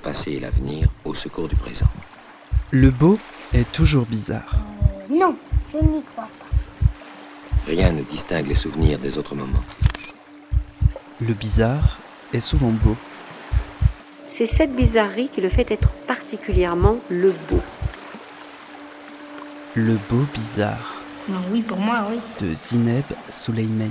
passé et l'avenir au secours du présent. Le beau est toujours bizarre. Non, je n'y crois pas. Rien ne distingue les souvenirs des autres moments. Le bizarre est souvent beau. C'est cette bizarrerie qui le fait être particulièrement le beau. Le beau bizarre. Non, oui, pour moi, oui. De Zineb Souleimani.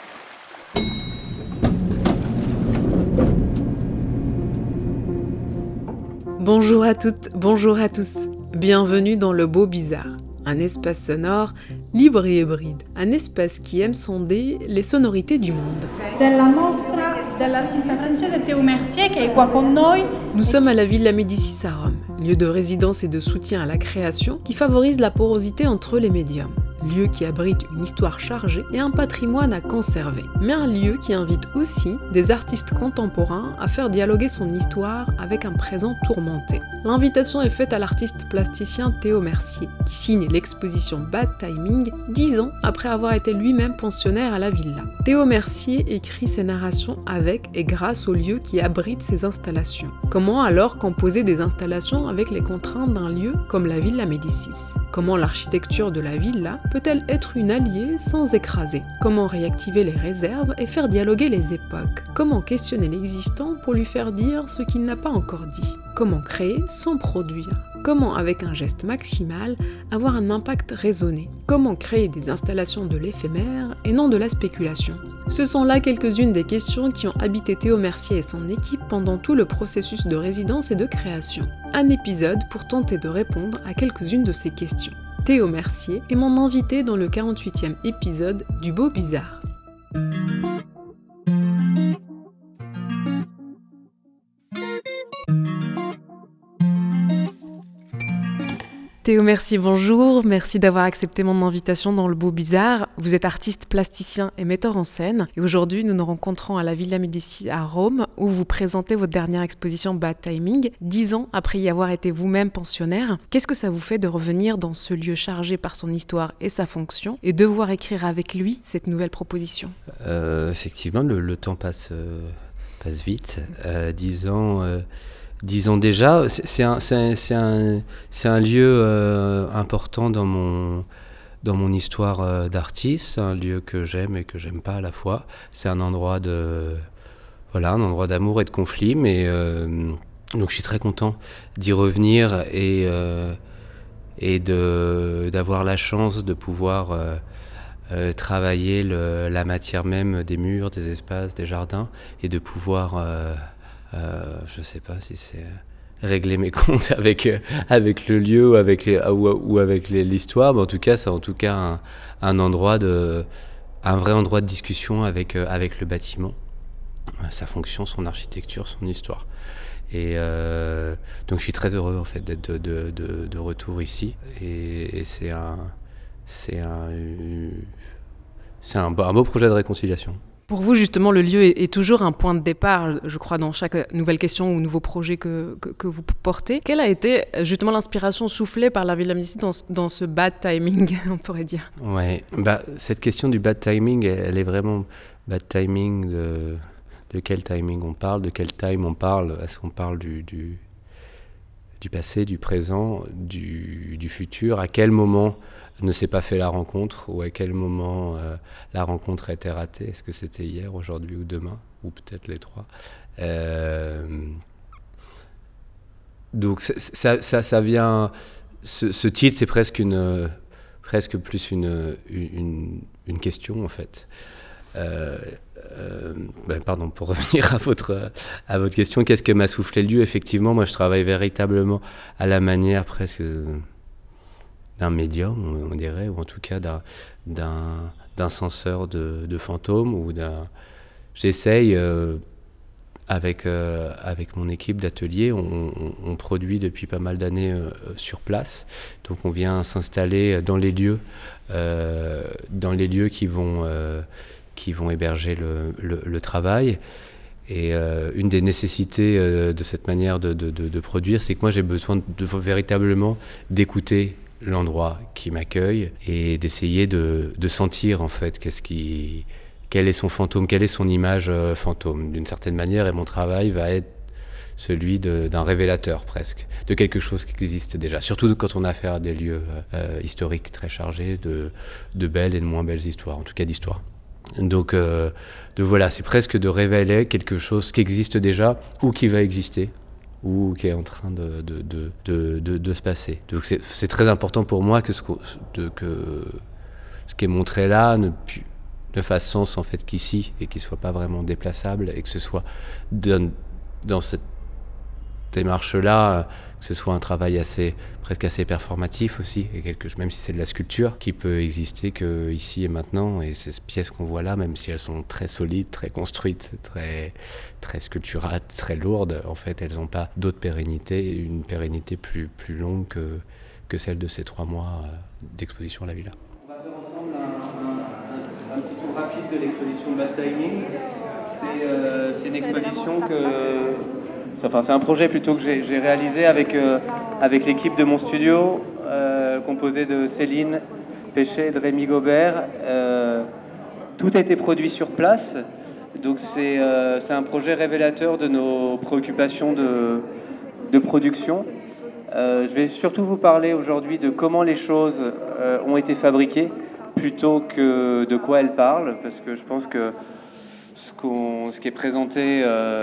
Bonjour à toutes, bonjour à tous. Bienvenue dans Le Beau Bizarre, un espace sonore libre et hybride, un espace qui aime sonder les sonorités du monde. Della mostra dell'artista francese Théo Mercier che è qua con noi. Nous sommes à la Villa Médicis à Rome, lieu de résidence et de soutien à la création qui favorise la porosité entre les médiums. Lieu qui abrite une histoire chargée et un patrimoine à conserver, mais un lieu qui invite aussi des artistes contemporains à faire dialoguer son histoire avec un présent tourmenté. L'invitation est faite à l'artiste plasticien Théo Mercier, qui signe l'exposition Bad Timing 10 ans après avoir été lui-même pensionnaire à la villa. Théo Mercier écrit ses narrations avec et grâce au lieu qui abrite ses installations. Comment alors composer des installations avec les contraintes d'un lieu comme la Villa Médicis ? Comment l'architecture de la villa peut-elle être une alliée sans écraser ? Comment réactiver les réserves et faire dialoguer les époques ? Comment questionner l'existant pour lui faire dire ce qu'il n'a pas encore dit ? Comment créer sans produire ? Comment, avec un geste maximal, avoir un impact raisonné ? Comment créer des installations de l'éphémère et non de la spéculation ? Ce sont là quelques-unes des questions qui ont habité Théo Mercier et son équipe pendant tout le processus de résidence et de création. Un épisode pour tenter de répondre à quelques-unes de ces questions. Théo Mercier est mon invité dans le 48e épisode du Beau Bizarre. Théo Mercier, bonjour, merci d'avoir accepté mon invitation dans Le Beau Bizarre. Vous êtes artiste plasticien et metteur en scène. Et aujourd'hui, nous nous rencontrons à la Villa Médicis à Rome, où vous présentez votre dernière exposition Bad Timing, 10 ans après y avoir été vous-même pensionnaire. Qu'est-ce que ça vous fait de revenir dans ce lieu chargé par son histoire et sa fonction, et devoir écrire avec lui cette nouvelle proposition ? Effectivement, le temps passe vite. 10 ans... 10 ans déjà, c'est un lieu important dans mon histoire d'artiste, un lieu que j'aime et que j'aime pas à la fois. C'est un endroit d'amour et de conflit, mais donc je suis très content d'y revenir et d'avoir la chance de pouvoir travailler la matière même des murs, des espaces, des jardins, et de pouvoir je ne sais pas si c'est régler mes comptes avec le lieu ou avec l'histoire, mais en tout cas, c'est un vrai endroit de discussion avec le bâtiment, sa fonction, son architecture, son histoire. Et donc je suis très heureux en fait d'être de retour ici, et c'est un beau projet de réconciliation. Pour vous, justement, le lieu est toujours un point de départ, je crois, dans chaque nouvelle question ou nouveau projet que vous portez. Quelle a été justement l'inspiration soufflée par la Villa Médicis dans ce bad timing, on pourrait dire ? Ouais, cette question du bad timing, elle est vraiment bad timing de quel timing on parle, de quel time on parle. Est-ce qu'on parle du passé, du présent, du futur ? À quel moment ne s'est pas fait la rencontre, ou à quel moment la rencontre a été ratée ? Est-ce que c'était hier, aujourd'hui ou demain, ou peut-être les trois ? Donc ça vient. Ce titre, c'est presque plus une question en fait. Pardon, pour revenir à votre question, qu'est-ce que m'a soufflé le lieu ? Effectivement, moi je travaille véritablement à la manière presque d'un médium, on dirait, ou en tout cas d'un censeur de fantômes, ou j'essaye avec mon équipe d'atelier, on produit depuis pas mal d'années sur place, donc on vient s'installer dans les lieux qui vont héberger le travail. Et une des nécessités de cette manière de produire, c'est que moi j'ai besoin véritablement d'écouter l'endroit qui m'accueille et d'essayer de sentir en fait quel est son fantôme, quelle est son image fantôme d'une certaine manière. Et mon travail va être celui d'un révélateur presque, de quelque chose qui existe déjà. Surtout quand on a affaire à des lieux historiques très chargés de belles et de moins belles histoires, en tout cas d'histoires. Donc voilà, c'est presque de révéler quelque chose qui existe déjà ou qui va exister ou qui est en train de se passer. Donc c'est très important pour moi que ce qui est montré là ne fasse sens en fait qu'ici et qu'il ne soit pas vraiment déplaçable et que ce soit dans cette démarche-là, que ce soit un travail presque assez performatif aussi, et même si c'est de la sculpture, qui peut exister que ici et maintenant. Et ces pièces qu'on voit là, même si elles sont très solides, très construites, très, très sculpturales, très lourdes, en fait, elles n'ont pas d'autre pérennité, une pérennité plus longue que celle de ces 3 mois d'exposition à la Villa. On va faire ensemble un petit tour rapide de l'exposition Bad Timing. C'est une exposition c'est un projet plutôt que j'ai réalisé avec l'équipe de mon studio, composée de Céline Péchet et de Rémi Gobert. Tout a été produit sur place, donc c'est un projet révélateur de nos préoccupations de production. Je vais surtout vous parler aujourd'hui de comment les choses ont été fabriquées, plutôt que de quoi elles parlent, parce que je pense que ce qui est présenté,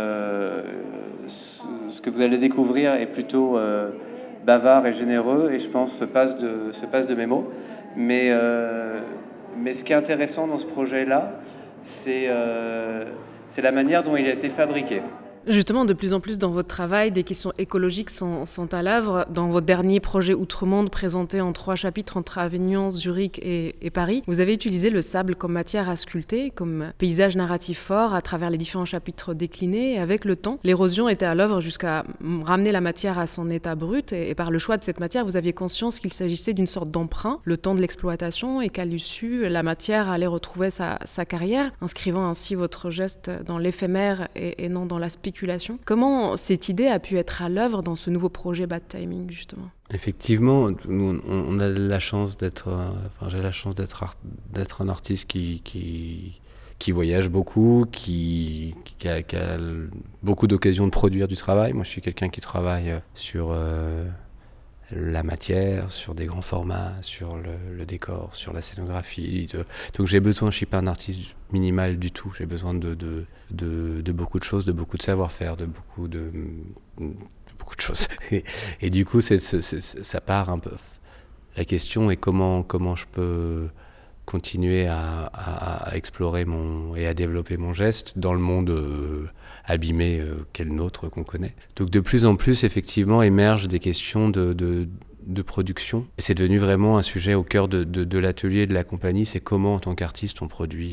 ce que vous allez découvrir est plutôt bavard et généreux, et je pense se passe de mes mots. Mais ce qui est intéressant dans ce projet-là, c'est la manière dont il a été fabriqué. Justement, de plus en plus dans votre travail, des questions écologiques sont à l'œuvre. Dans votre dernier projet Outre-Monde, présenté en 3 chapitres entre Avignon, Zurich et Paris, vous avez utilisé le sable comme matière à sculpter, comme paysage narratif fort à travers les différents chapitres déclinés. Et avec le temps, l'érosion était à l'œuvre jusqu'à ramener la matière à son état brut. Et par le choix de cette matière, vous aviez conscience qu'il s'agissait d'une sorte d'emprunt, le temps de l'exploitation, et qu'à l'issue, la matière allait retrouver sa carrière, inscrivant ainsi votre geste dans l'éphémère et non dans la spéculation. Comment cette idée a pu être à l'œuvre dans ce nouveau projet Bad Timing, justement ? Effectivement, on a la chance d'être, j'ai la chance d'être un artiste qui voyage beaucoup, qui a beaucoup d'occasions de produire du travail. Moi, je suis quelqu'un qui travaille sur la matière, sur des grands formats, sur le décor, sur la scénographie. Donc j'ai besoin, je suis pas un artiste minimal du tout, j'ai besoin de beaucoup de choses, de beaucoup de savoir-faire, de beaucoup de choses. Et du coup, ça part un peu. La question est comment je peux continuer à explorer et à développer mon geste dans le monde abîmé qu'est le nôtre, qu'on connaît. Donc de plus en plus, effectivement, émergent des questions de production. Et c'est devenu vraiment un sujet au cœur de l'atelier de la compagnie, c'est comment, en tant qu'artiste, on produit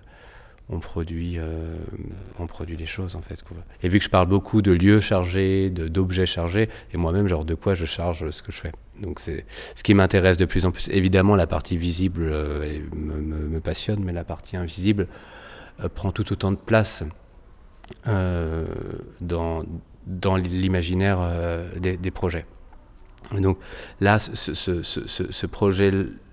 les choses, en fait. Et vu que je parle beaucoup de lieux chargés, d'objets chargés, et moi-même, genre de quoi je charge ce que je fais. Donc c'est ce qui m'intéresse de plus en plus. Évidemment, la partie visible me passionne, mais la partie invisible prend tout autant de place dans l'imaginaire des projets. Et donc là, ce projet,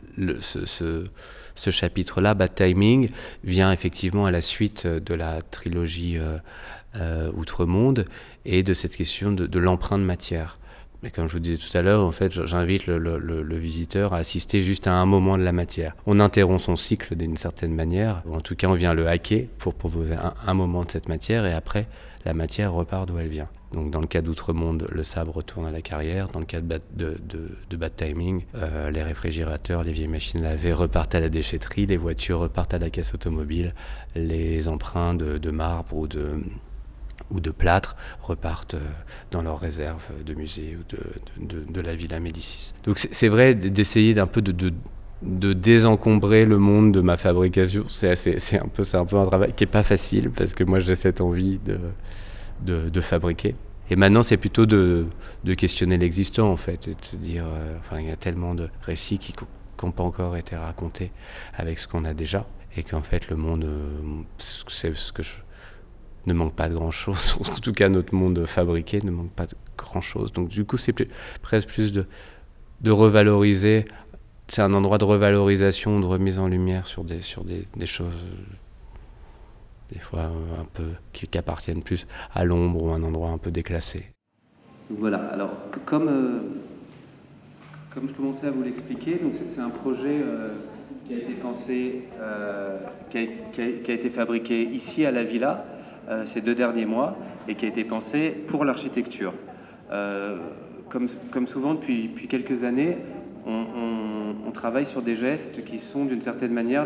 ce chapitre-là, Bad Timing, vient effectivement à la suite de la trilogie Outre-Monde et de cette question de l'empreinte matière. Et comme je vous disais tout à l'heure, en fait, j'invite le visiteur à assister juste à un moment de la matière. On interrompt son cycle d'une certaine manière, ou en tout cas on vient le hacker pour proposer un moment de cette matière, et après la matière repart d'où elle vient. Donc dans le cas d'Outre-Monde, le sabre retourne à la carrière. Dans le cas de Bad Timing, les réfrigérateurs, les vieilles machines lavées repartent à la déchetterie, les voitures repartent à la caisse automobile, les emprunts de marbre ou de plâtre repartent dans leurs réserves de musée ou de la Villa Médicis. Donc c'est vrai d'essayer d'un peu de désencombrer le monde de ma fabrication. C'est un peu un travail qui est pas facile, parce que moi j'ai cette envie de fabriquer. Et maintenant c'est plutôt de questionner l'existant, en fait, et de se dire, il y a tellement de récits qui n'ont pas encore été racontés avec ce qu'on a déjà, et qu'en fait le monde, c'est ce que ne manque pas de grand-chose. En tout cas, notre monde fabriqué ne manque pas de grand-chose. Donc du coup, c'est presque plus de revaloriser. C'est un endroit de revalorisation, de remise en lumière sur des choses des fois un peu qui appartiennent plus à l'ombre ou à un endroit un peu déclassé. Voilà, alors comme je commençais à vous l'expliquer, donc c'est un projet qui a été pensé, qui a été fabriqué ici à la Villa ces 2 derniers mois et qui a été pensé pour l'architecture. Comme souvent depuis quelques années, on travaille sur des gestes qui sont d'une certaine manière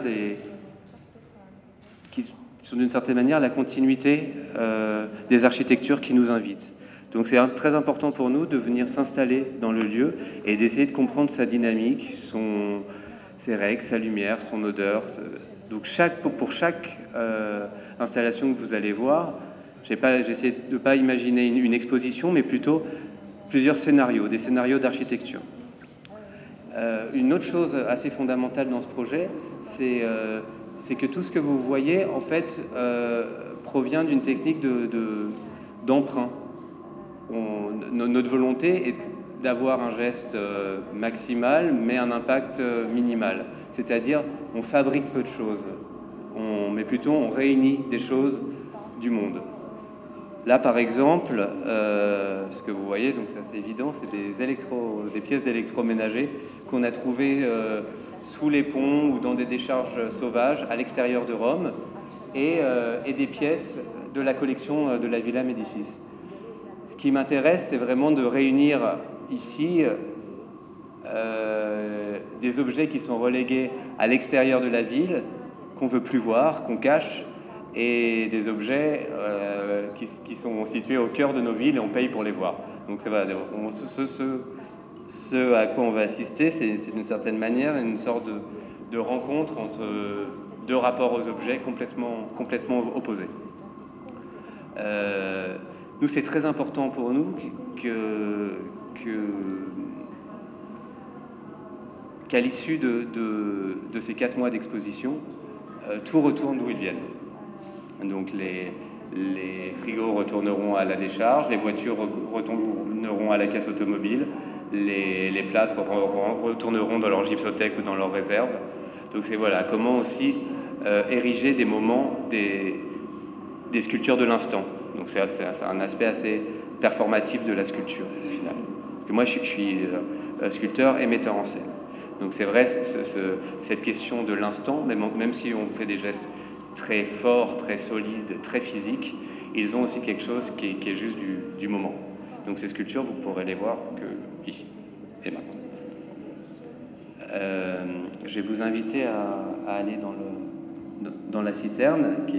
la continuité des architectures qui nous invitent. Donc c'est très important pour nous de venir s'installer dans le lieu et d'essayer de comprendre sa dynamique, ses règles, sa lumière, son odeur. Donc pour chaque installation que vous allez voir, j'ai essayé de ne pas imaginer une exposition, mais plutôt plusieurs scénarios, des scénarios d'architecture. Une autre chose assez fondamentale dans ce projet, c'est que tout ce que vous voyez, en fait, provient d'une technique d'emprunt. Notre volonté est d'avoir un geste maximal, mais un impact minimal. C'est-à-dire, on fabrique peu de choses, mais plutôt on réunit des choses du monde. Là, par exemple, ce que vous voyez, donc c'est assez évident, c'est des pièces d'électroménager qu'on a trouvées sous les ponts ou dans des décharges sauvages à l'extérieur de Rome, et des pièces de la collection de la Villa Médicis. Ce qui m'intéresse, c'est vraiment de réunir ici des objets qui sont relégués à l'extérieur de la ville, qu'on ne veut plus voir, qu'on cache, et des objets qui sont situés au cœur de nos villes et on paye pour les voir. Donc c'est voilà, ce à quoi on va assister, c'est d'une certaine manière une sorte de rencontre entre 2 rapports aux objets complètement opposés. Nous, c'est très important pour nous qu'à l'issue de ces 4 mois d'exposition, tout retourne d'où ils viennent. Donc les frigos retourneront à la décharge, les voitures retourneront à la caisse automobile, les plâtres retourneront dans leur gypsothèque ou dans leur réserve. Donc c'est voilà, comment aussi ériger des moments, des sculptures de l'instant. Donc c'est un aspect assez performatif de la sculpture, au final. Parce que moi, je suis sculpteur et metteur en scène. Donc c'est vrai, cette question de l'instant, même si on fait des gestes très forts, très solides, très physiques, ils ont aussi quelque chose qui est juste du moment. Donc ces sculptures, vous pourrez les voir que ici et maintenant. Je vais vous inviter à aller dans la citerne qui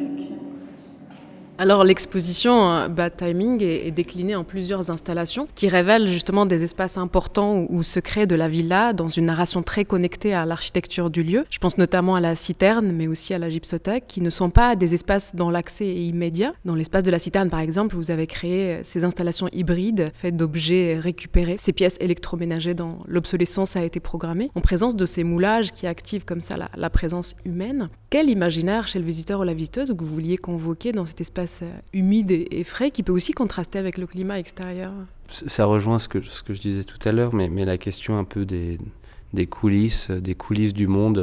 Alors l'exposition Bad Timing est déclinée en plusieurs installations qui révèlent justement des espaces importants ou secrets de la villa dans une narration très connectée à l'architecture du lieu. Je pense notamment à la citerne mais aussi à la gypsothèque qui ne sont pas des espaces dont l'accès est immédiat. Dans l'espace de la citerne par exemple, vous avez créé ces installations hybrides faites d'objets récupérés. Ces pièces électroménagées dont l'obsolescence a été programmée en présence de ces moulages qui activent comme ça la présence humaine. Quel imaginaire chez le visiteur ou la visiteuse que vous vouliez convoquer dans cet espace humide et frais qui peut aussi contraster avec le climat extérieur? Ça rejoint ce que je disais tout à l'heure, mais la question un peu des coulisses du monde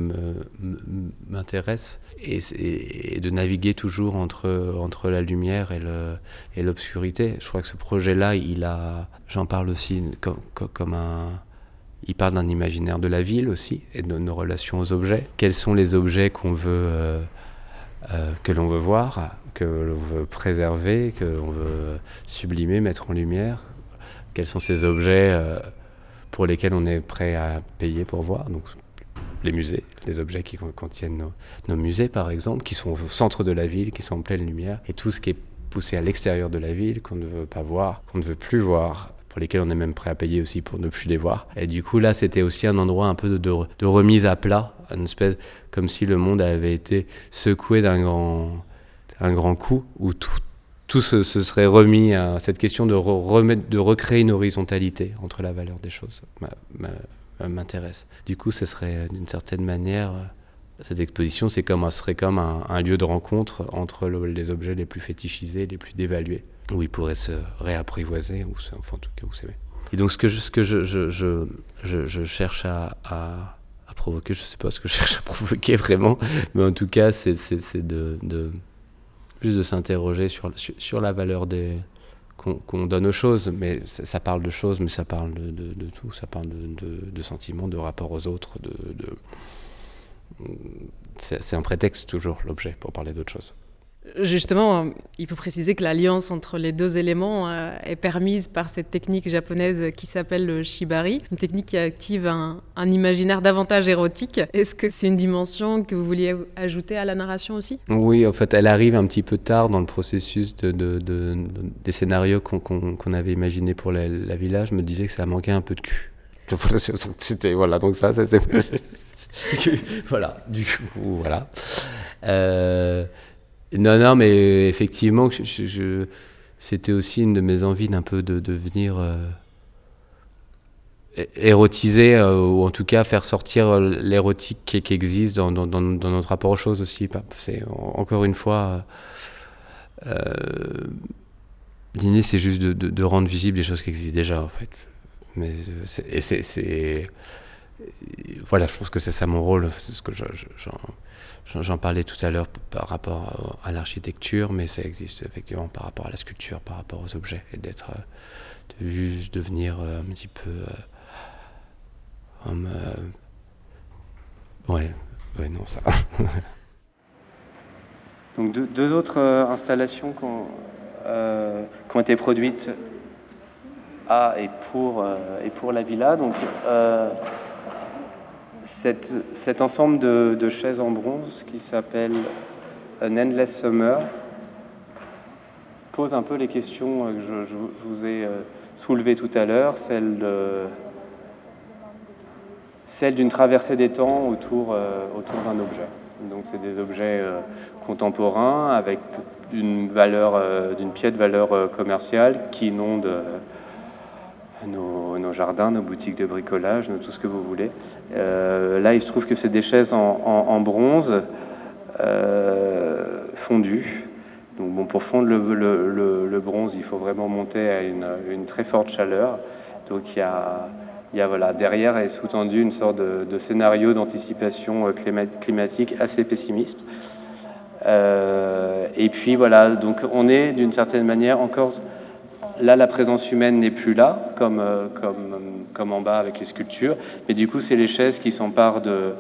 m'intéresse et de naviguer toujours entre la lumière et l'obscurité. Je crois que ce projet-là, j'en parle aussi comme il parle d'un imaginaire de la ville aussi et de nos relations aux objets. Quels sont les objets qu'on veut que l'on veut voir, que l'on veut préserver, que l'on veut sublimer, mettre en lumière? Quels sont ces objets pour lesquels on est prêt à payer pour voir? Donc les musées, les objets qui contiennent nos musées par exemple, qui sont au centre de la ville, qui sont en pleine lumière, et tout ce qui est poussé à l'extérieur de la ville, qu'on ne veut pas voir, qu'on ne veut plus voir, pour lesquels on est même prêt à payer aussi pour ne plus les voir. Et du coup là c'était aussi un endroit un peu de remise à plat, une espèce comme si le monde avait été secoué d'un grand coup où tout se serait remis à cette question de recréer une horizontalité entre la valeur des choses m'intéresse. Du coup ce serait d'une certaine manière, cette exposition serait comme un lieu de rencontre entre les objets les plus fétichisés, les plus dévalués, où ils pourraient se réapprivoiser, ou enfin, en tout cas où s'aimer. Et donc ce que je cherche à provoquer, je ne sais pas ce que je cherche à provoquer vraiment, mais en tout cas c'est plus de s'interroger sur la valeur qu'on donne aux choses, mais ça parle de choses, mais ça parle de tout, ça parle de sentiments, de rapport aux autres, c'est un prétexte toujours, l'objet, pour parler d'autre chose. Justement, il faut préciser que l'alliance entre les deux éléments est permise par cette technique japonaise qui s'appelle le shibari, une technique qui active un imaginaire davantage érotique. Est-ce que c'est une dimension que vous vouliez ajouter à la narration aussi ? Oui, en fait, elle arrive un petit peu tard dans le processus des scénarios qu'on avait imaginés pour la villa. Je me disais que ça manquait un peu de cul. C'était, voilà, donc ça c'était... voilà, du coup, voilà. Non, mais effectivement, c'était aussi une de mes envies d'un peu de venir érotiser, ou en tout cas faire sortir l'érotique qui existe dans notre rapport aux choses aussi. C'est, encore une fois, l'idée c'est juste de rendre visibles des choses qui existent déjà, en fait. Mais voilà, je pense que c'est ça mon rôle, c'est ce que j'en parlais tout à l'heure par rapport à l'architecture, mais ça existe effectivement par rapport à la sculpture, par rapport aux objets, et de venir un petit peu non, ça. Donc deux autres installations qui ont été produites à et pour la villa. Donc cet ensemble de chaises en bronze qui s'appelle An Endless Summer pose un peu les questions que je vous ai soulevées tout à l'heure, celle d'une traversée des temps autour d'un objet. Donc c'est des objets contemporains avec d'une pièce de valeur commerciale qui inonde nos jardins, nos boutiques de bricolage, tout ce que vous voulez. Là, il se trouve que c'est des chaises en bronze fondues. Donc bon, pour fondre le bronze, il faut vraiment monter à une très forte chaleur. Donc il y a voilà, derrière est sous-tendu une sorte de scénario d'anticipation climatique assez pessimiste. Et puis voilà, donc on est d'une certaine manière encore... Là, la présence humaine n'est plus là, comme en bas avec les sculptures, mais du coup, c'est les chaises qui s'emparent de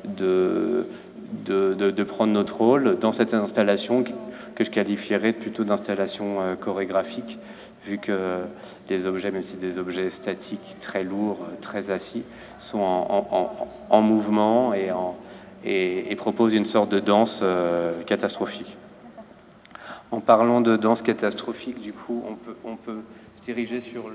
prendre notre rôle dans cette installation que je qualifierais plutôt d'installation chorégraphique, vu que les objets, même si des objets statiques, très lourds, très assis, sont en mouvement et proposent une sorte de danse catastrophique. En parlant de danse catastrophique, du coup, on peut se diriger sur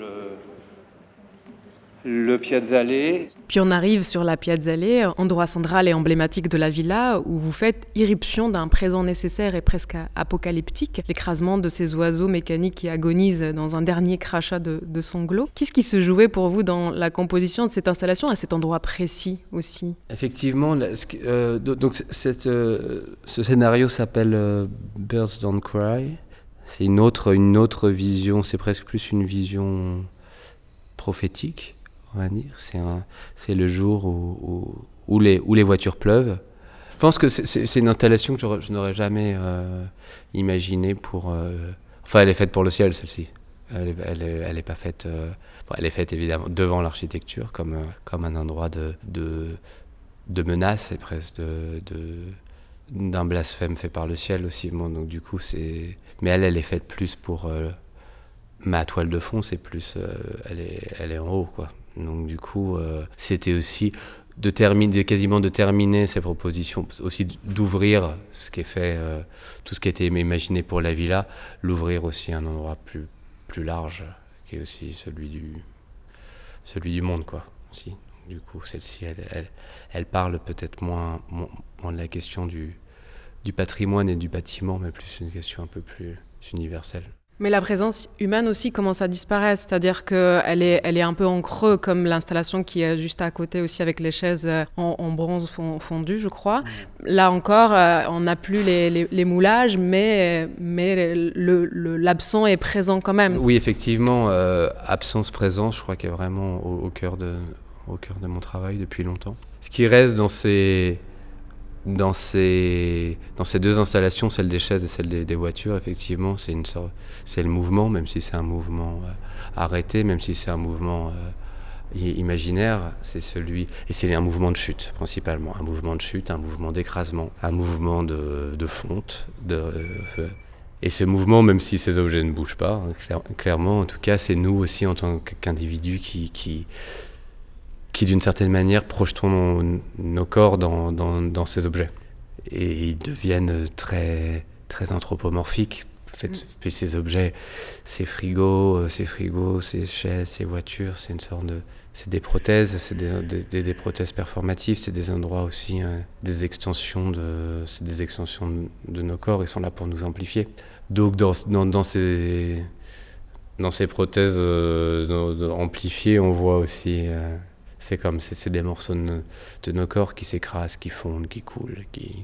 le Piazzale. Puis on arrive sur la Piazzale, endroit central et emblématique de la villa, où vous faites irruption d'un présent nécessaire et presque apocalyptique, l'écrasement de ces oiseaux mécaniques qui agonisent dans un dernier crachat de sanglots. Qu'est-ce qui se jouait pour vous dans la composition de cette installation à cet endroit précis aussi ? Effectivement, donc ce scénario s'appelle Birds Don't Cry. C'est une autre vision, c'est presque plus une vision prophétique, on va dire. C'est le jour où les voitures pleuvent. Je pense que c'est une installation que je n'aurais jamais imaginée pour... Enfin, elle est faite pour le ciel, celle-ci. Elle est pas faite... elle est faite, évidemment, devant l'architecture, comme un endroit de menace et presque d'un blasphème fait par le ciel aussi. Bon, donc, du coup, c'est... Mais elle est faite plus pour... ma toile de fond, c'est plus... elle est en haut, quoi. Donc, du coup, c'était aussi... quasiment de terminer ces propositions, aussi d'ouvrir ce qui est fait, tout ce qui a été imaginé pour la villa, l'ouvrir aussi à un endroit plus large, qui est aussi celui du monde, quoi. Aussi. Du coup, celle-ci, elle parle peut-être moins de la question du patrimoine et du bâtiment, mais plus une question un peu plus universelle. Mais la présence humaine aussi commence à disparaître, c'est-à-dire qu'elle est un peu en creux, comme l'installation qui est juste à côté aussi avec les chaises en bronze fondu, je crois. Là encore, on n'a plus les moulages, mais l'absent est présent quand même. Oui, effectivement, absence-présence, je crois qu'elle est vraiment au cœur de mon travail depuis longtemps. Ce qui reste dans ces dans ces deux installations, celle des chaises et celle des voitures, effectivement, c'est le mouvement, même si c'est un mouvement arrêté, même si c'est un mouvement imaginaire, c'est un mouvement de chute, principalement. Un mouvement de chute, un mouvement d'écrasement, un mouvement de fonte. Et ce mouvement, même si ces objets ne bougent pas, clairement, en tout cas, c'est nous aussi, en tant qu'individus, qui d'une certaine manière, projetons nos corps dans ces objets. Et ils deviennent très, très anthropomorphiques. En fait, puis ces objets, ces frigos, ces chaises, ces voitures, c'est des prothèses, c'est des prothèses performatives, c'est des endroits aussi, des extensions de nos corps, ils sont là pour nous amplifier. Donc dans ces prothèses amplifiées, on voit aussi, c'est des morceaux de nos corps qui s'écrasent, qui fondent, qui coulent,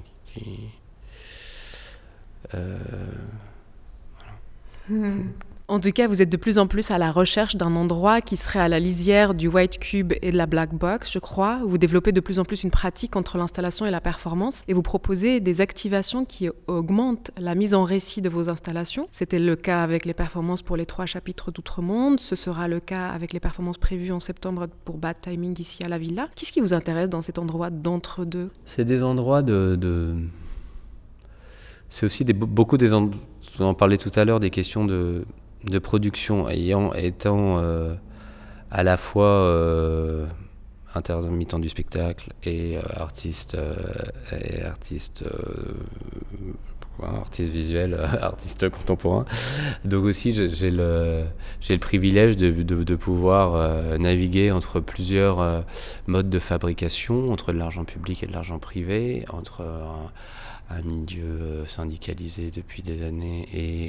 En tout cas, vous êtes de plus en plus à la recherche d'un endroit qui serait à la lisière du white cube et de la black box, je crois. Vous développez de plus en plus une pratique entre l'installation et la performance et vous proposez des activations qui augmentent la mise en récit de vos installations. C'était le cas avec les performances pour les 3 chapitres d'Outre-Monde. Ce sera le cas avec les performances prévues en septembre pour Bad Timing ici à la Villa. Qu'est-ce qui vous intéresse dans cet endroit d'entre-deux ? C'est des endroits C'est aussi beaucoup des endroits... On en parlait tout à l'heure, des questions de production étant à la fois intermittent du spectacle et artiste visuel, artiste contemporain. Donc aussi j'ai le privilège de pouvoir naviguer entre plusieurs modes de fabrication, entre de l'argent public et de l'argent privé, entre un milieu syndicalisé depuis des années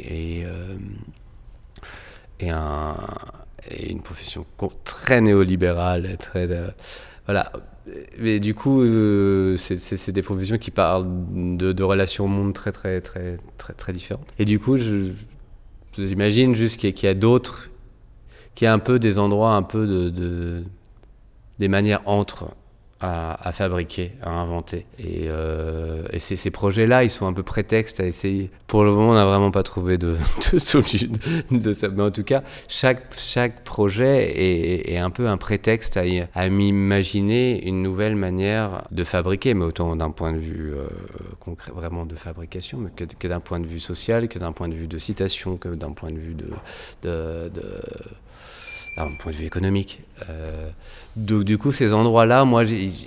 et une profession très néolibérale, voilà. Mais du coup, c'est des professions qui parlent de relations au monde très, très, très, très, très différentes. Et du coup, j'imagine juste qu'il y a d'autres, qu'il y a un peu des endroits, un peu des manières entre à fabriquer, à inventer. Et ces projets-là, ils sont un peu prétextes à essayer. Pour le moment, on n'a vraiment pas trouvé de solution de ça. Mais en tout cas, chaque projet est un peu un prétexte à m'imaginer une nouvelle manière de fabriquer, mais autant d'un point de vue concret, vraiment de fabrication, mais que d'un point de vue social, que d'un point de vue de citation, que d'un point de vue d'un point de vue économique. Donc du coup, ces endroits-là, moi,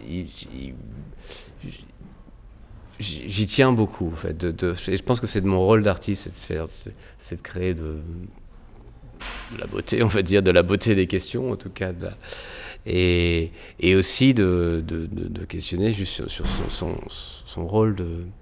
j'y tiens beaucoup, en fait. Et je pense que c'est de mon rôle d'artiste, c'est de créer de la beauté, on va dire, de la beauté des questions, en tout cas. Et aussi de questionner juste sur son rôle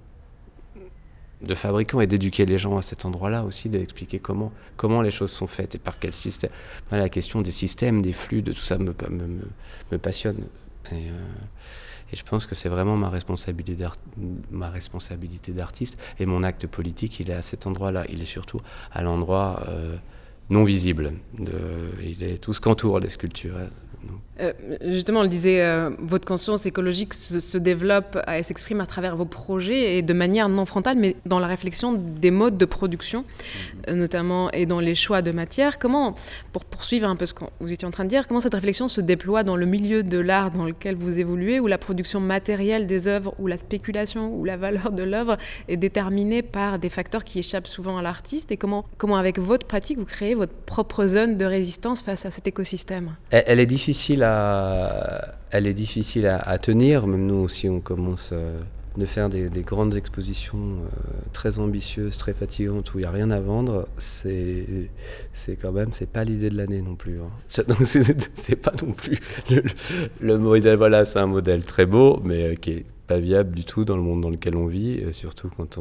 de fabricant et d'éduquer les gens à cet endroit-là aussi, d'expliquer comment les choses sont faites et par quel système. La question des systèmes, des flux, de tout ça me passionne. Et je pense que c'est vraiment ma responsabilité d'artiste. Et mon acte politique, il est à cet endroit-là. Il est surtout à l'endroit non visible. Il est tout ce qu'entoure les sculptures. Justement, on le disait, votre conscience écologique se développe et s'exprime à travers vos projets et de manière non frontale, mais dans la réflexion des modes de production, notamment, et dans les choix de matière. Comment, pour poursuivre un peu ce que vous étiez en train de dire, comment cette réflexion se déploie dans le milieu de l'art dans lequel vous évoluez, où la production matérielle des œuvres, où la spéculation, où la valeur de l'œuvre est déterminée par des facteurs qui échappent souvent à l'artiste, et comment avec votre pratique, vous créez votre propre zone de résistance face à cet écosystème ? Elle est difficile à tenir. Même nous aussi, on commence de faire des grandes expositions très ambitieuses, très fatigantes, où il n'y a rien à vendre. C'est pas l'idée de l'année non plus. Hein. C'est pas non plus le modèle. Voilà, c'est un modèle très beau, mais qui est pas viable du tout dans le monde dans lequel on vit, et surtout quand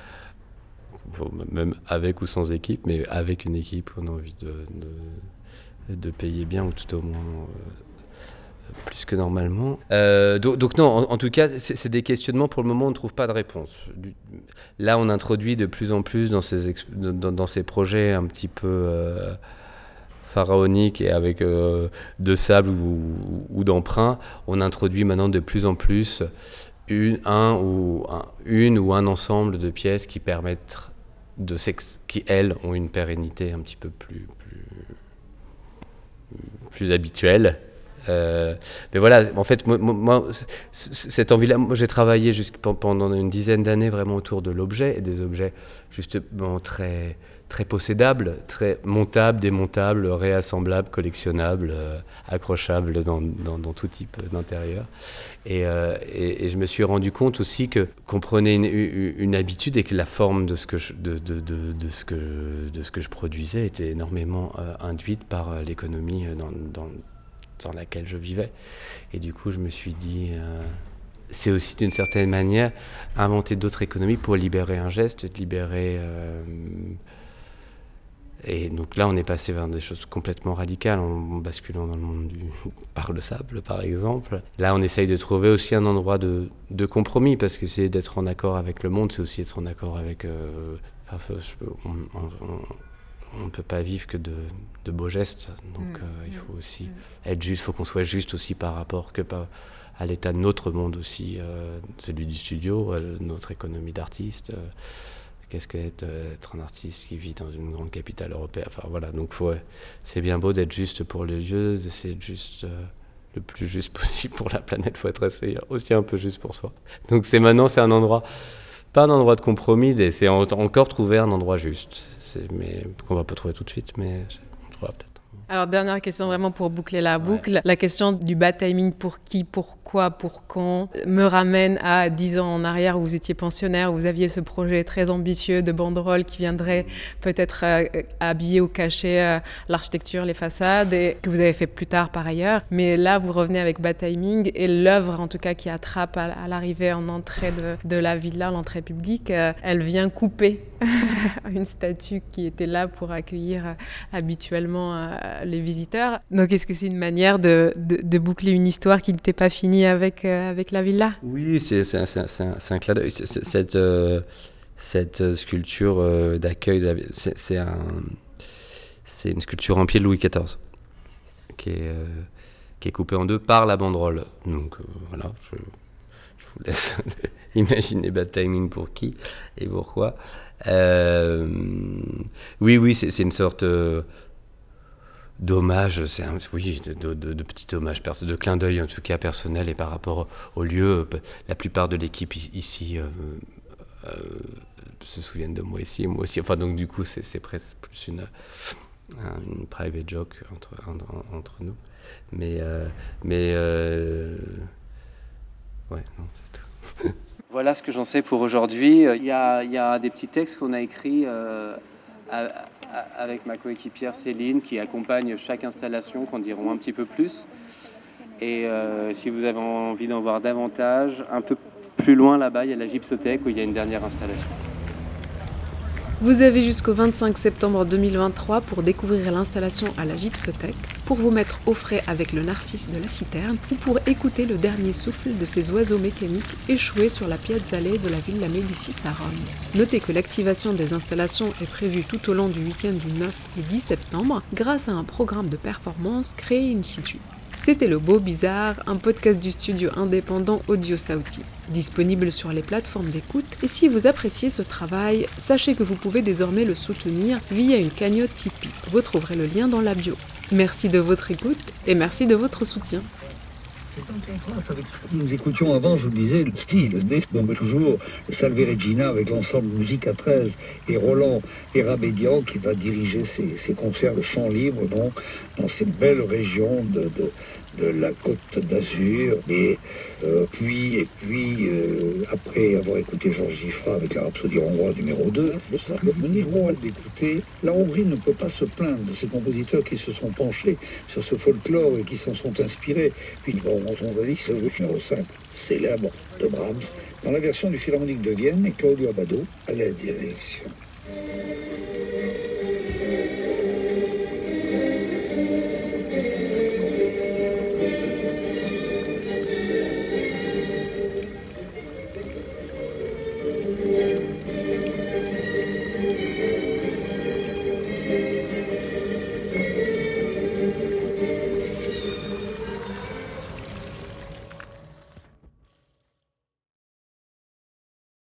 même avec ou sans équipe, mais avec une équipe, on a envie de payer bien, ou tout au moins plus que normalement. Donc non, en tout cas, c'est des questionnements. Pour le moment, on ne trouve pas de réponse. Là, on introduit de plus en plus dans ces projets un petit peu pharaoniques et avec de sable ou d'emprunt, on introduit maintenant de plus en plus une ou un ensemble de pièces qui permettent qui elles ont une pérennité un petit peu plus habituelle. Mais voilà, en fait, moi cette envie-là, moi j'ai travaillé pendant une dizaine d'années vraiment autour de l'objet, et des objets justement très, très possédables, très montables, démontables, réassemblables, collectionnables, accrochables dans tout type d'intérieur. Et je me suis rendu compte aussi qu'on prenait une habitude, et que la forme de ce que je produisais était énormément induite par l'économie dans laquelle je vivais. Et du coup, je me suis dit, c'est aussi d'une certaine manière inventer d'autres économies pour libérer un geste, libérer... Et donc là, on est passé vers des choses complètement radicales, en basculant dans le monde par le sable, par exemple. Là, on essaye de trouver aussi un endroit de compromis, parce que c'est d'être en accord avec le monde, c'est aussi être en accord avec... on ne peut pas vivre que de beaux gestes, donc il faut aussi être juste, il faut qu'on soit juste aussi par rapport à l'état de notre monde aussi, celui du studio, notre économie d'artiste. Qu'est-ce qu'être un artiste qui vit dans une grande capitale européenne, enfin voilà, donc c'est bien beau d'être juste pour les yeux, d'essayer d'être juste le plus juste possible pour la planète, il faut être aussi un peu juste pour soi. Donc maintenant c'est un endroit, pas un endroit de compromis, c'est encore trouver un endroit juste. Mais qu'on va pas trouver tout de suite, mais on trouvera peut-être. Alors, dernière question vraiment pour boucler la boucle. Ouais. La question du bad timing, pour qui, pourquoi, pour quand, me ramène à 10 ans en arrière où vous étiez pensionnaire, où vous aviez ce projet très ambitieux de banderole qui viendrait peut-être habiller ou cacher l'architecture, les façades, et que vous avez fait plus tard par ailleurs. Mais là, vous revenez avec bad timing, et l'œuvre, en tout cas, qui attrape à l'arrivée en entrée de la villa, l'entrée publique, elle vient couper une statue qui était là pour accueillir habituellement les visiteurs. Donc, est-ce que c'est une manière de boucler une histoire qui n'était pas finie avec la villa ? Oui, c'est un clin d'œil. Cette sculpture d'accueil, c'est une sculpture en pied de Louis XIV qui est coupée en deux par la banderole. Donc voilà, je vous laisse imaginer bad timing pour qui et pourquoi. Oui, c'est une sorte d'hommage, de petit hommage, de clin d'œil en tout cas personnel, et par rapport au lieu, la plupart de l'équipe ici se souviennent de moi ici, et moi aussi. Enfin donc du coup c'est presque plus une private joke entre nous, mais ouais, non, c'est tout. Voilà ce que j'en sais pour aujourd'hui. Il y a des petits textes qu'on a écrits avec ma coéquipière Céline, qui accompagne chaque installation, qu'en diront un petit peu plus. Et si vous avez envie d'en voir davantage, un peu plus loin là-bas, il y a la Gypsothèque où il y a une dernière installation. Vous avez jusqu'au 25 septembre 2023 pour découvrir l'installation à la Gypsothèque, pour vous mettre au frais avec le Narcisse de la Citerne, ou pour écouter le dernier souffle de ces oiseaux mécaniques échoués sur la Piazzale de la Villa Médicis à Rome. Notez que l'activation des installations est prévue tout au long du week-end du 9 et 10 septembre grâce à un programme de performance créé in situ. C'était Le Beau Bizarre, un podcast du studio indépendant Audio Sauti, disponible sur les plateformes d'écoute. Et si vous appréciez ce travail, sachez que vous pouvez désormais le soutenir via une cagnotte Tipeee. Vous trouverez le lien dans la bio. Merci de votre écoute et merci de votre soutien. C'est en contraste avec ce que nous écoutions avant, je vous le disais, le style, toujours le Salve Regina avec l'ensemble Musica 13 et Roland Erabédian qui va diriger ses concerts de chant libre donc, dans ces belles régions de la Côte d'Azur. Et puis après avoir écouté Georges Giffra avec la Rhapsodie hongroise numéro 2, le niveau d'écouter, la Hongrie ne peut pas se plaindre de ces compositeurs qui se sont penchés sur ce folklore et qui s'en sont inspirés. Puis c'est le numéro 5 célèbre de Brahms dans la version du Philharmonique de Vienne et Claudio Abbado à la direction.